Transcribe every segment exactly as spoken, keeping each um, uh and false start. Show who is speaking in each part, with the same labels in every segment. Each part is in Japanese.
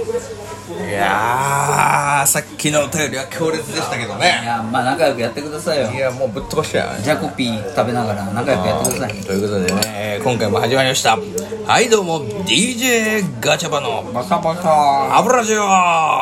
Speaker 1: いやー、さっきのお便りは強烈でしたけどね。
Speaker 2: いや、まあ仲良くやってくださいよ。
Speaker 1: いや、もうぶっ飛ばしたよ。
Speaker 2: ジャコピー食べながら仲良くやってください。
Speaker 1: ということでね、えー今回も始まりました。はいどうも ディージェー ガチャバの
Speaker 2: バカバカ
Speaker 1: 油ジオ。はい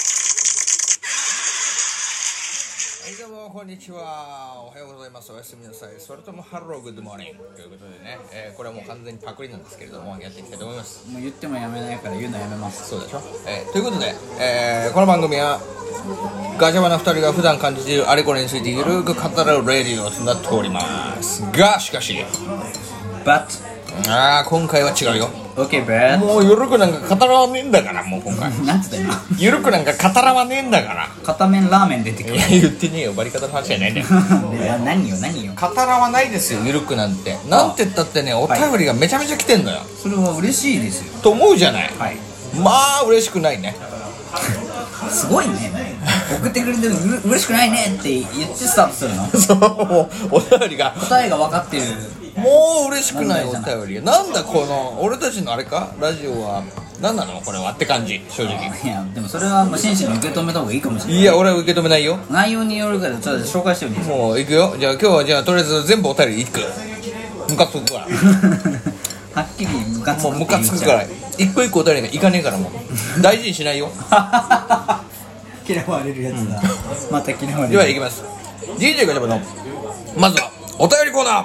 Speaker 1: どうもこんにちは、おはようございます、おやすみなさい、それともハローグッドモーニングということでね、えーこれはもう完全にパクリなんですけれども、やっていきたいと思います。
Speaker 2: もう言ってもやめないから言うのやめます。
Speaker 1: そうでしょ、えーということで、えーこの番組はガチャバなふたりが普段感じているあれこれについてゆるく語るレディオとなっておりますが、しかし
Speaker 2: But
Speaker 1: あー今回は違うよ。
Speaker 2: OK but
Speaker 1: もうゆるくなんか語らわねえんだから、もう今回
Speaker 2: なんつった今
Speaker 1: ゆるくなんか語らわねえんだから。
Speaker 2: 片面ラーメン出てくる。
Speaker 1: いや言ってねえよ、バリ方の話じゃないんだよ
Speaker 2: いや何よ何よ。
Speaker 1: 語らわないですよ、ゆるくなんて。なんて言ったってね、お便りがめちゃめちゃ来てんのよ、
Speaker 2: それは嬉しいですよ。
Speaker 1: と思うじゃない。
Speaker 2: はい。
Speaker 1: まあ嬉しくないね。
Speaker 2: すごいね。送ってくれてるう嬉しくないねって言ってスタートするの。
Speaker 1: そうもうお便りが
Speaker 2: 答えが分かってる。
Speaker 1: もう嬉しくないお便りがなんだこの俺たちのあれか、ラジオは何なのこれはって感じ、正直。
Speaker 2: いやでもそれはもう真摯に受け止めた方がいいかもしれない。
Speaker 1: いや俺は受け止めないよ。
Speaker 2: 内容によるからちょっと紹介してよ。
Speaker 1: もう行くよ。じゃあ今日はじゃあとりあえず全部お便り行く。ムカつくから
Speaker 2: はっきりムカつく
Speaker 1: もうムカつくから一個一個お便りがいかねえから、もう大事にしないよ
Speaker 2: 嫌われるやつだ、うん、また嫌われる。
Speaker 1: では行きます。 ディージェー ガチャバのまずはお便りコーナー。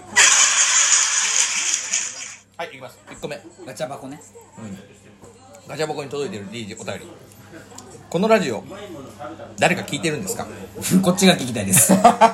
Speaker 1: はい行きます。いっこめ
Speaker 2: ガチャ箱ね、
Speaker 1: うん、ガチャ箱に届いている ディージェー お便り。このラジオ誰か聞いてるんですか
Speaker 2: こっちが聞きたいです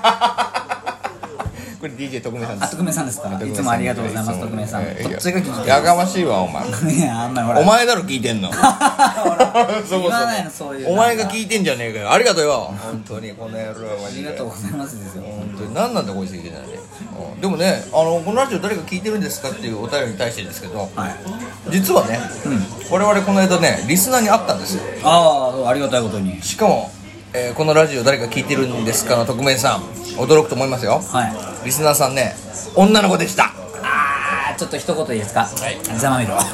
Speaker 1: これ ディージェー 特命さんで
Speaker 2: あ、
Speaker 1: す。
Speaker 2: 徳明さんですか。いつもありがとうございます。徳明さん、
Speaker 1: えー
Speaker 2: こっちが聞きたいです。
Speaker 1: やかましいわお前
Speaker 2: いやあんまりほら
Speaker 1: お前だろ聞いてんの
Speaker 2: ほら
Speaker 1: そこそこ
Speaker 2: 言わないのそういう。
Speaker 1: お前が聞いてんじゃねえかよ。ありがとうよ本当に、この野郎マ
Speaker 2: あ
Speaker 1: ジで
Speaker 2: りがとうございますですよ。
Speaker 1: 本当に何なんだこいつ聞いてないで、うん、でもね、あのこのラジオ誰か聞いてるんですかっていうお便りに対してですけど、
Speaker 2: はい。
Speaker 1: 実はね、
Speaker 2: うん。
Speaker 1: 我々この間ねリスナーに会ったんですよ。
Speaker 2: ああ、ありがたいことに。
Speaker 1: しかも、えーこのラジオ誰か聞いてるんですかの匿名さん、驚くと思いますよ。
Speaker 2: はい。
Speaker 1: リスナーさんね、女の子でした。
Speaker 2: ああ、ちょっと一言いいですか。はい。ざまみろ。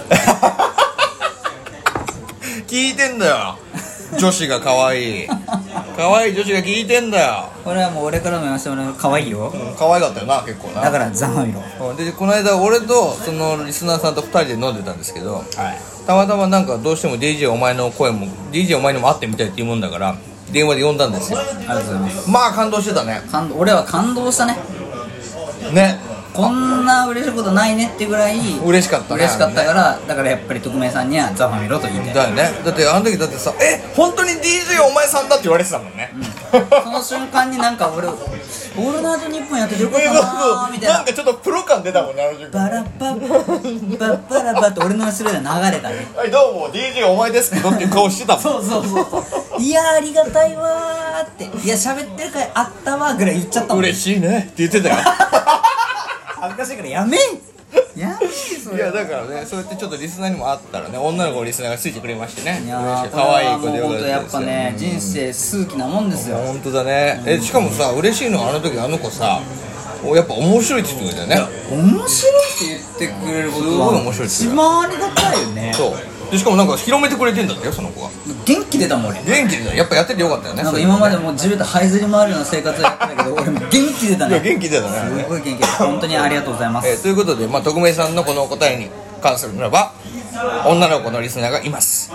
Speaker 1: 聞いてんだよ女子が可愛い可愛い女子が聞いてんだよ。
Speaker 2: これはもう俺からも言わせてもらう。可愛いよ。
Speaker 1: 可愛かったよな結構な。
Speaker 2: だからざまみろ。
Speaker 1: うんでこの間俺とそのリスナーさんとふたりで飲んでたんですけど、
Speaker 2: はい。
Speaker 1: たまたまなんかどうしても ディージェー お前の声も ディージェー お前にも会ってみたいっていうもんだから電話で呼んだんですよ。
Speaker 2: ありがとうございます。
Speaker 1: まあ感動してたね。
Speaker 2: 感動、俺は感動したね。
Speaker 1: ね、
Speaker 2: こんな嬉しいことないねってぐらい
Speaker 1: 嬉しかったね。
Speaker 2: 嬉しかったから、だからやっぱり匿名さんにはザファミロと言いたい。
Speaker 1: だよね。だってあの時だってさ、え本当に ディージェー お前さんだって言われてたもんね、
Speaker 2: うん、その瞬間になんか俺オールナイトニッポンやっててよかったなーみたいな。
Speaker 1: なんかちょっとプロ感出たもんね、あの瞬間。
Speaker 2: バラバッバッバラバッって俺の後ろで流れたね。
Speaker 1: はいどうも ディージェー お前ですけどっていう顔してたもん
Speaker 2: そうそうそういやーありがたいわーって、いや喋ってる回あったわーぐらい言っちゃったもん。
Speaker 1: 嬉しいねって言ってたよ
Speaker 2: 恥ずかしいからやめんやめんそれ。
Speaker 1: いやだからね、そうやってちょっとリスナーにも会ったらね、女の子のリスナーがついてくれましてね、
Speaker 2: いや
Speaker 1: 嬉しい。
Speaker 2: ー
Speaker 1: 可愛い子でよかったですよ。
Speaker 2: これはもう本当やっぱね、人生数奇なもんですよ。
Speaker 1: 本当だね。えしかもさ、嬉しいのはあの時あの子さ、おやっぱ面白いって言ってくれたよね。
Speaker 2: 面白いって言ってくれること
Speaker 1: すごい
Speaker 2: は
Speaker 1: 面白いですよ
Speaker 2: 一番ありがたいよね。
Speaker 1: そうで、しかもなんか広めてくれてんだってよ、その子が。
Speaker 2: 元気出たもん俺。
Speaker 1: 元気でやっぱやっててよかったよね。
Speaker 2: なんか今までもう地べた這いずり回るような生活をやってたけど俺も元気出た
Speaker 1: いや
Speaker 2: ね。
Speaker 1: 元気だよね。
Speaker 2: すごい元気出た。本当にありがとうございます。
Speaker 1: えーということで、まあ、徳明さんのこの答えに関するならば女の子のリスナーがいます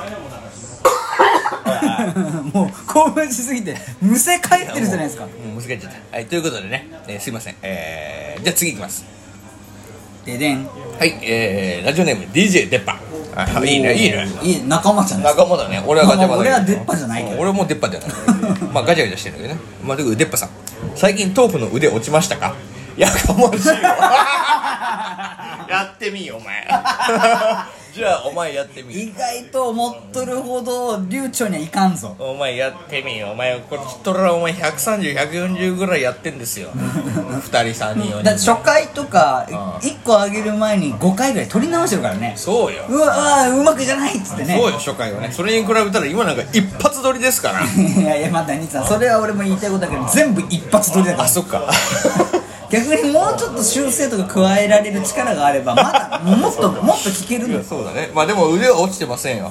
Speaker 2: もう興奮しすぎてむせ返ってるじゃないですか。
Speaker 1: うん、難しいちゃった。はい、ということでね、えーすいません、えー、じゃあ次いきます。
Speaker 2: ででん。
Speaker 1: はい、えー、ラジオネーム ディージェー デッパ。あいいねいいね、
Speaker 2: いい仲間じゃないですか。
Speaker 1: 仲間だね。俺はガチャバだけど
Speaker 2: 俺は出っ歯じゃないけど。
Speaker 1: 俺も出っ歯じゃないまあガチャガチャしてるんだけどね。まあということで、出っ歯さん、最近頭部の腕落ちましたか。やかましいわやってみよお前じゃあお前やってみ。
Speaker 2: 意外と思っとるほど流暢にはいかんぞ。
Speaker 1: お前やってみよお前。これヒトラーお前ひゃくさんじゅう、ひゃくよんじゅうぐらいやってんですよふたりさんにんよにん
Speaker 2: だって初回とか
Speaker 1: うん
Speaker 2: いっこあげる前にごかいぐらい取り直してるからね。
Speaker 1: そうよ。
Speaker 2: うわあうまくじゃないっつってね。
Speaker 1: そうよ、初回はね。それに比べたら今なんか一発撮りですから
Speaker 2: いやいや、また兄さんそれは俺も言いたいことだけど全部一発撮りだから。
Speaker 1: あ、そっか
Speaker 2: 逆にもうちょっと修正とか加えられる力があればまだもっともっと聞けるのよ。
Speaker 1: そうだね。まあでも腕は落ちてませんよ。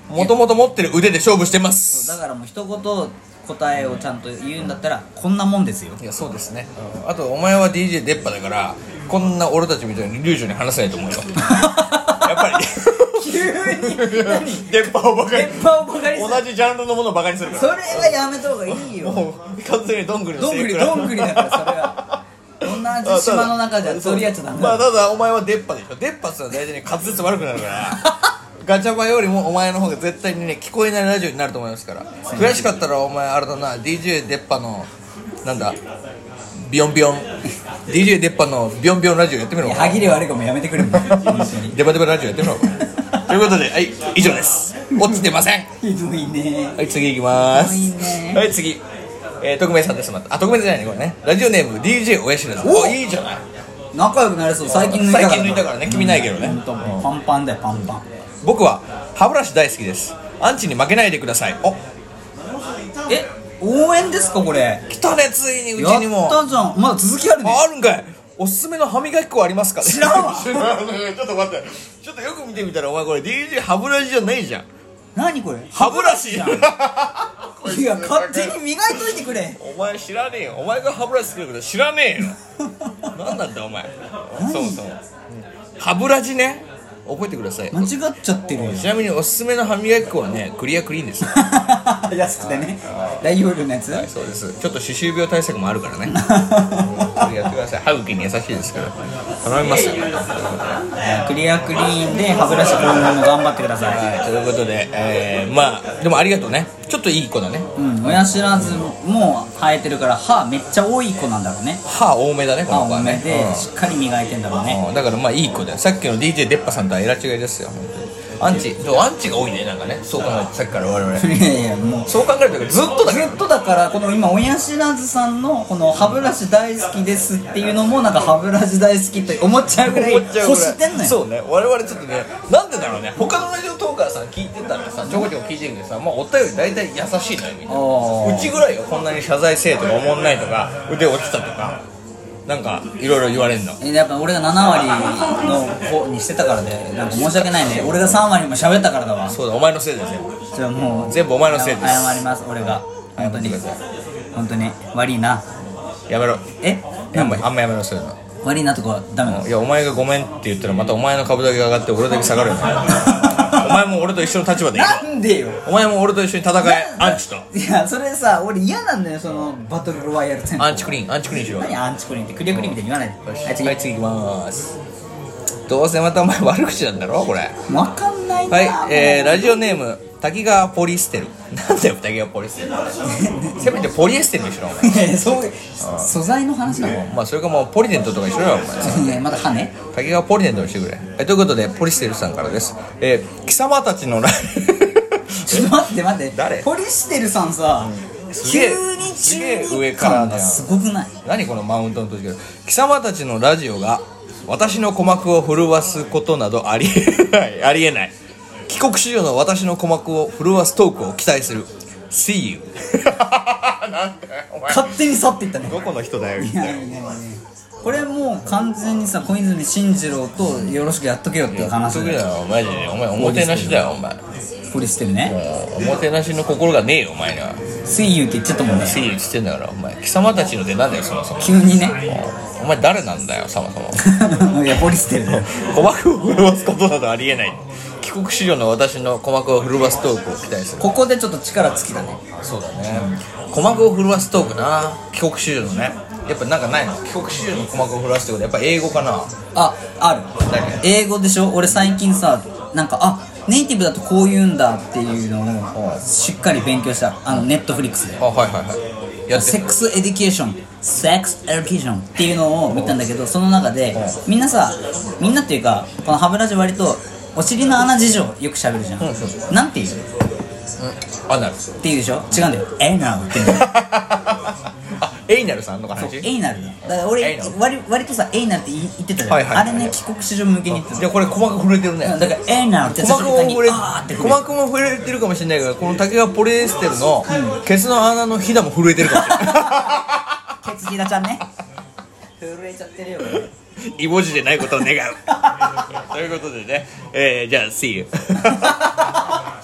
Speaker 1: もともと持ってる腕で勝負してま
Speaker 2: そう
Speaker 1: す。
Speaker 2: だからもう一言答えをちゃんと言うんだったらこんなもんですよ。
Speaker 1: いやそうですね、うん、あとお前は ディージェー 出っ歯だからこんな俺たちみたいに流暢に話せないと思うよやっぱり
Speaker 2: 急に何
Speaker 1: 出っ歯をバカに
Speaker 2: 出っ歯をバカにする
Speaker 1: 同じジャンルのものをバカにするから
Speaker 2: それはやめた方がいいよ。
Speaker 1: もう完全にどんぐりの
Speaker 2: どんぐり
Speaker 1: セイクラ
Speaker 2: どんぐりだからそれは同じ島の中では取り合っちゃダメだ。
Speaker 1: まあただお前は出っ歯でしょ。出っ歯ってのは大体ね滑舌悪くなるからガチャバよりもお前の方が絶対にね聞こえないラジオになると思いますから。悔しかったらお前あれだな ディージェー 出っ歯のなんだビヨンビヨン ディージェー 出っ歯のビヨンビヨンラジオやってみろ。
Speaker 2: 歯切れ悪いかもやめてくれも
Speaker 1: デバデバラジオやってみろということではい以上です。落ちてません。
Speaker 2: ひどいね。
Speaker 1: はい次行きまーす。
Speaker 2: ひどいね
Speaker 1: はい次、えー、匿名さんです。またあ匿名じゃないねこれね。ラジオネーム ディージェー おやしらず。おいいじゃない。
Speaker 2: 仲良くなれそう。最近抜いたから
Speaker 1: 最近抜いたからね。君ないけどね。
Speaker 2: ほんともうパンパンだよパンパン。
Speaker 1: 僕は歯ブラシ大好きです。アンチに負けないでください。お
Speaker 2: え応援ですかこれ。
Speaker 1: 来たねついにうちにも。
Speaker 2: やったじゃん。まだ続きあるね。
Speaker 1: あるんかい。おすすめの歯磨き粉ありますか。
Speaker 2: 知らんわ
Speaker 1: 知らんちょっと待ってちょっとよく見てみたらお前これ ディージェー 歯ブラシじゃないじゃん。
Speaker 2: 何これ
Speaker 1: 歯ブラシ
Speaker 2: いや勝手に磨いといてくれ。
Speaker 1: お前知らねえよ。お前が歯ブラシ作ること知らねえよ何なんだお前。そうそう、うん、歯ブラシね覚えてください。
Speaker 2: 間違っちゃってるよ
Speaker 1: ちなみにおすすめの歯磨き粉はねクリアクリーンです
Speaker 2: 安くてね大容量のやつ、
Speaker 1: はいそうです。ちょっと歯周病対策もあるからねこれやってください。歯茎に優しいですから頼みますよ
Speaker 2: クリアクリーンで歯ブラシ今後も頑張ってください。
Speaker 1: はいということで、えー、まあでもありがとうね。ちょっといい子だね。
Speaker 2: うん親知らずも生えてるから歯めっちゃ多い子なんだろうね。
Speaker 1: 歯多めだねこ
Speaker 2: 歯
Speaker 1: の子はね。
Speaker 2: 多めで
Speaker 1: うん
Speaker 2: しっかり磨いてんだろうね。
Speaker 1: うんだからまあいい子だよ。さっきの ディージェー 出っ歯さんとはえら違いですよ本当に。アンチでもアンチが多いねなんかね。そう考えてさっきから我々
Speaker 2: いやいやもう
Speaker 1: そう考えるとずっとだけど
Speaker 2: ずっとだからこの今親知らずさんのこの歯ブラシ大好きですっていうのもなんか歯ブラシ大好きって思っちゃうぐらい
Speaker 1: 思っちゃうぐらい
Speaker 2: 欲してんのよ。
Speaker 1: そうね我々ちょっとねなんでだろうね。他のラジオトーカーさん聞いてたらさちょこちょこ聞いてるけどさまあお便り大体優しいのよみんな。
Speaker 2: あー
Speaker 1: うちぐらいよこんなに謝罪せえとか思んないとか腕落ちたとかなんかいろいろ言われるの。
Speaker 2: えやっぱ俺がななわりの方にしてたからでなんか申し訳ないね。俺がさんわりも喋ったからだわ。
Speaker 1: そうだお前のせいだよ全部。
Speaker 2: じゃあもう
Speaker 1: 全部お前のせいです
Speaker 2: 謝ります俺が本当に
Speaker 1: 謝ってくださ
Speaker 2: 本当に悪いな。
Speaker 1: やめろ。
Speaker 2: え
Speaker 1: あんまあんまやめろそういうの。
Speaker 2: 悪いなとかはダメなの。
Speaker 1: いやお前がごめんって言ったらまたお前の株だけが上がって俺だけ下がるよねお前も俺と一緒の立場でいいの。
Speaker 2: なんでよ。
Speaker 1: お前も俺と一緒に戦えアンチと。
Speaker 2: いやそれさ俺嫌なんだよそのバトルロワイヤル戦
Speaker 1: アンチクリーンアンチクリーンしろ。
Speaker 2: 何アンチクリーンってクリアクリーンみたいに言わないで。はい次
Speaker 1: はい次行きまーす。どうせまたお前悪口なんだろこれ。
Speaker 2: 分かんないな。
Speaker 1: はい、えー、ラジオネーム滝川ポリステル。なんだよ滝川ポリステルせめてポリエステルにしろお前。
Speaker 2: いやそういう素材の話なの。
Speaker 1: まあそれかもうポリデントとかにしろよお前。
Speaker 2: いやまだ歯ね。
Speaker 1: 滝川ポリデントにしてくれ。はいということでポリステルさんからです。えー、貴様たちのラ
Speaker 2: ちょっと待って待って
Speaker 1: 誰
Speaker 2: ポリステルさんさ、
Speaker 1: すげえ
Speaker 2: 急に
Speaker 1: すげえ
Speaker 2: 中
Speaker 1: 上からね
Speaker 2: 二感がすごくない。
Speaker 1: 何このマウントの時から貴様たちのラジオが私の鼓膜を震わすことなどありえないありえない。帰国子女の私の鼓膜を震わすトークを期待する See you なんだよお前
Speaker 2: 勝手に去っていったね。
Speaker 1: どこの人だよ
Speaker 2: いやいやいやこれもう完全にさ小泉進次郎とよろしくやっとけよっていう話
Speaker 1: だ
Speaker 2: だよ。
Speaker 1: よマジでお前おもてなしだよお前。
Speaker 2: ポリステルね。
Speaker 1: もうおもてなしの心がねえよお前には。
Speaker 2: See you って言っちゃったもんね。
Speaker 1: See you っつってんだからお前貴様たちのでなんだよそもそも。
Speaker 2: 急にね
Speaker 1: お前誰なんだよそもそも
Speaker 2: いやポリステルだよ。
Speaker 1: 鼓膜を震わすことなどありえない。帰国子女の私の鼓膜を震わすトークを期待する。
Speaker 2: ここでちょっと力尽きたね。
Speaker 1: そうだね鼓膜を震わすトークな。帰国子女のねやっぱなんかないの。帰国子女の鼓膜を震わすってことやっぱ英語かな。
Speaker 2: あある
Speaker 1: 何
Speaker 2: 英語でしょ。俺最近さなんかあネイティブだとこう言うんだっていうのをしっかり勉強した。あのネットフリックスで
Speaker 1: あはいはいはいやって
Speaker 2: セックスエデュケーションセックスエデュケーションっていうのを見たんだけどその中でみんなさみんなっていうかこの歯ブラシ割とお尻の穴事情よく喋るじゃん、
Speaker 1: うんそう
Speaker 2: なんて言う
Speaker 1: うんアナル
Speaker 2: って言うでしょ。違うんだよエイナルって言うんだよ
Speaker 1: あエイナルさんの話。
Speaker 2: エイナルだだから俺
Speaker 1: エイナル
Speaker 2: 割割とさエイナルって言ってたじゃん、
Speaker 1: はいはい
Speaker 2: あれね帰国子女向けに言ってた。
Speaker 1: じゃあこれ鼓膜震えてるね。
Speaker 2: だからエイナルって
Speaker 1: 鼓膜も触れ
Speaker 2: あーって
Speaker 1: 鼓膜も触れてるかもしれないけどこの竹川ポリエステルのケツの穴のひだも震えてるかもしれない
Speaker 2: ケツヒダちゃんね震えちゃってるよ
Speaker 1: イボジでないことを願うということでね、えー、じゃあ See you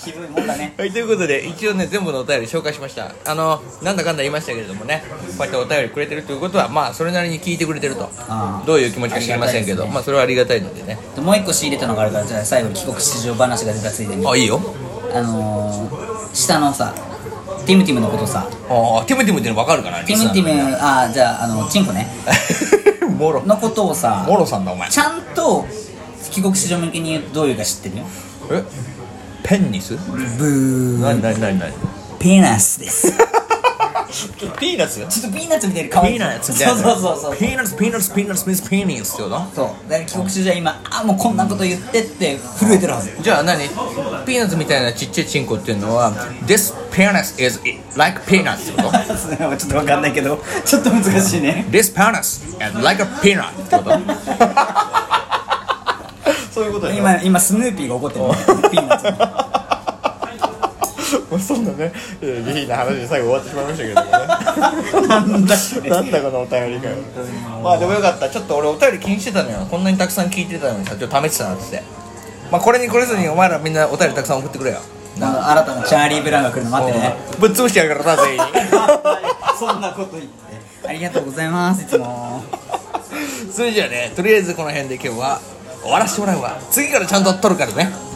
Speaker 2: ひどいもんだね。
Speaker 1: はい、ということで一応ね全部のお便り紹介しました。あのなんだかんだ言いましたけれどもね、こうやってお便りくれてるということはまあそれなりに聞いてくれてると、
Speaker 2: あー
Speaker 1: どういう気持ちか知りませんけど、
Speaker 2: ありがたいですね
Speaker 1: まあそれはありがたいのでね。
Speaker 2: でもう一個仕入れたのがあるから、じゃあ最後に帰国子女話が出たついでに、
Speaker 1: あ、いいよ。
Speaker 2: あのー、下のさティムティムのことさ、
Speaker 1: ああ、ティムティムっていうの分かるかな。
Speaker 2: ティムティム、あーじゃああのチンコね
Speaker 1: ムモロ
Speaker 2: のことをさ、
Speaker 1: モロさんだお前。
Speaker 2: ちゃんと帰国子女向けにどういうか知ってるよ。
Speaker 1: えペンニス？
Speaker 2: ブー
Speaker 1: なになになになに
Speaker 2: ピーナツです
Speaker 1: ちょっとピーナッツ
Speaker 2: ちょっとピーナッツみたいに可愛い。
Speaker 1: ピーナッツみたいな。
Speaker 2: そうそうそうそう
Speaker 1: ピーナッツピーナッツピーナッツミスピーニスってこと？
Speaker 2: そうだから帰国子女は今あもうこんなこと言ってって震えてるはず。
Speaker 1: じゃあ何ピーナッツみたいなちっちゃいチンコっていうのは This penis is like peanuts ってこと？
Speaker 2: ちょっと分かんないけどちょっと難しいね。
Speaker 1: This penis is like a peanut ってことそういうことよ。
Speaker 2: 今今スヌーピーが怒ってるピーナッツに
Speaker 1: もうそんなね下品な話で最後終わってしまいましたけどね
Speaker 2: なんだこれ
Speaker 1: なんだこのお便りかよ。まあでもよかった。ちょっと俺お便り気にしてたのよ。こんなにたくさん聞いてたのにさ、ちょっと試してたなって。まあこれにこれずにお前らみんなお便りたくさん送ってくれよ。
Speaker 2: あの新たなチャーリー・ブラウンが来るの待ってね。
Speaker 1: ぶっ潰してやるからな全員
Speaker 2: そんなこと言ってありがとうございますいつも。
Speaker 1: それじゃあね、とりあえずこの辺で今日は終わらせてもらうわ。次からちゃんと撮るからね。